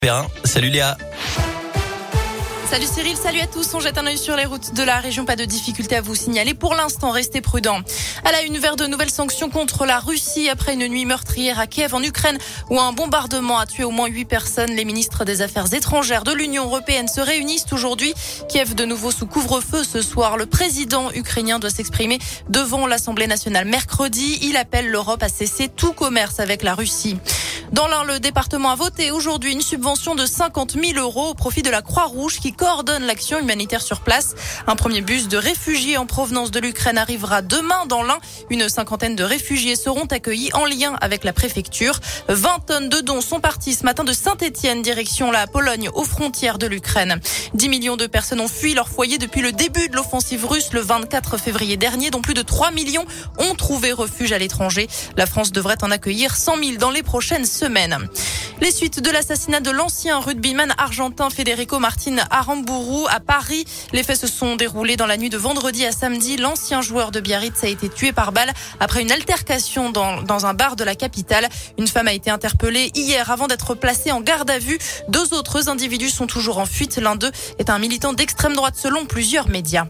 Perrin. Salut Léa. Salut Cyril, salut à tous. On jette un œil sur les routes de la région. Pas de difficulté à vous signaler. Pour l'instant, restez prudents. À la une, vers de nouvelles sanctions contre la Russie après une nuit meurtrière à Kiev en Ukraine où un bombardement a tué au moins 8 personnes. Les ministres des Affaires étrangères de l'Union européenne se réunissent aujourd'hui. Kiev de nouveau sous couvre-feu ce soir. Le président ukrainien doit s'exprimer devant l'Assemblée nationale mercredi. Il appelle l'Europe à cesser tout commerce avec la Russie. Dans l'Ain, le département a voté aujourd'hui une subvention de 50 000 € au profit de la Croix-Rouge qui coordonne l'action humanitaire sur place. Un premier bus de réfugiés en provenance de l'Ukraine arrivera demain dans l'Ain. Une cinquantaine de réfugiés seront accueillis en lien avec la préfecture. 20 tonnes de dons sont partis ce matin de Saint-Étienne, direction la Pologne, aux frontières de l'Ukraine. 10 millions de personnes ont fui leur foyer depuis le début de l'offensive russe le 24 février dernier, dont plus de 3 millions ont trouvé refuge à l'étranger. La France devrait en accueillir 100 000 dans les prochaines semaines. Les suites de l'assassinat de l'ancien rugbyman argentin Federico Martin Aramburu à Paris. Les faits se sont déroulés dans la nuit de vendredi à samedi. L'ancien joueur de Biarritz a été tué par balle après une altercation dans un bar de la capitale. Une femme a été interpellée hier avant d'être placée en garde à vue. 2 autres individus sont toujours en fuite. L'un d'eux est un militant d'extrême droite selon plusieurs médias.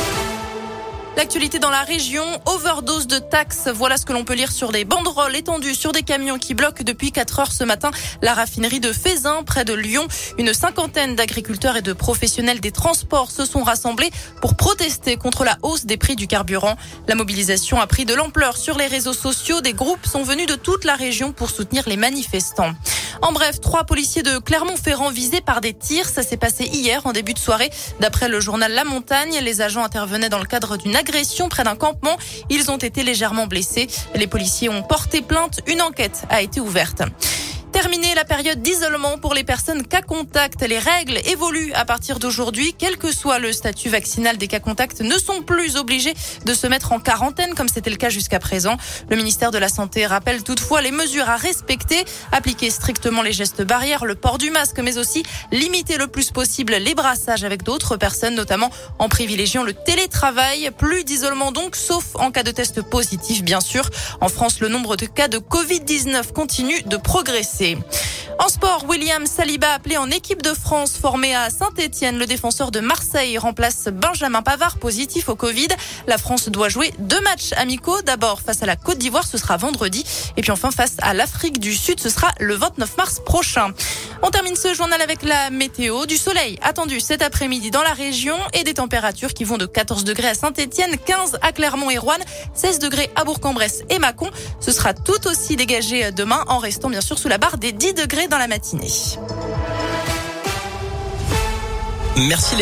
L'actualité dans la région, overdose de taxes. Voilà ce que l'on peut lire sur des banderoles étendues sur des camions qui bloquent depuis 4 heures ce matin la raffinerie de Feyzin près de Lyon. Une cinquantaine d'agriculteurs et de professionnels des transports se sont rassemblés pour protester contre la hausse des prix du carburant. La mobilisation a pris de l'ampleur sur les réseaux sociaux. Des groupes sont venus de toute la région pour soutenir les manifestants. En bref, 3 policiers de Clermont-Ferrand visés par des tirs. Ça s'est passé hier en début de soirée. D'après le journal La Montagne, les agents intervenaient dans le cadre d'une agression près d'un campement. Ils ont été légèrement blessés. Les policiers ont porté plainte. Une enquête a été ouverte. Terminée la période d'isolement pour les personnes cas contact. Les règles évoluent à partir d'aujourd'hui. Quel que soit le statut vaccinal des cas contacts, ne sont plus obligés de se mettre en quarantaine comme c'était le cas jusqu'à présent. Le ministère de la Santé rappelle toutefois les mesures à respecter. Appliquer strictement les gestes barrières, le port du masque, mais aussi limiter le plus possible les brassages avec d'autres personnes, notamment en privilégiant le télétravail. Plus d'isolement donc, sauf en cas de test positif, bien sûr. En France, le nombre de cas de Covid-19 continue de progresser. En sport, William Saliba appelé en équipe de France formé à Saint-Étienne. Le défenseur de Marseille remplace Benjamin Pavard positif au Covid. La France doit jouer 2 matchs amicaux. D'abord face à la Côte d'Ivoire, ce sera vendredi. Et puis enfin face à l'Afrique du Sud, ce sera le 29 mars prochain. On termine ce journal avec la météo. Du soleil attendu cet après-midi dans la région et des températures qui vont de 14 degrés à Saint-Étienne, 15 à Clermont et Roanne, 16 degrés à Bourg-en-Bresse et Mâcon. Ce sera tout aussi dégagé demain en restant bien sûr sous la barre des 10 degrés dans la matinée. Merci.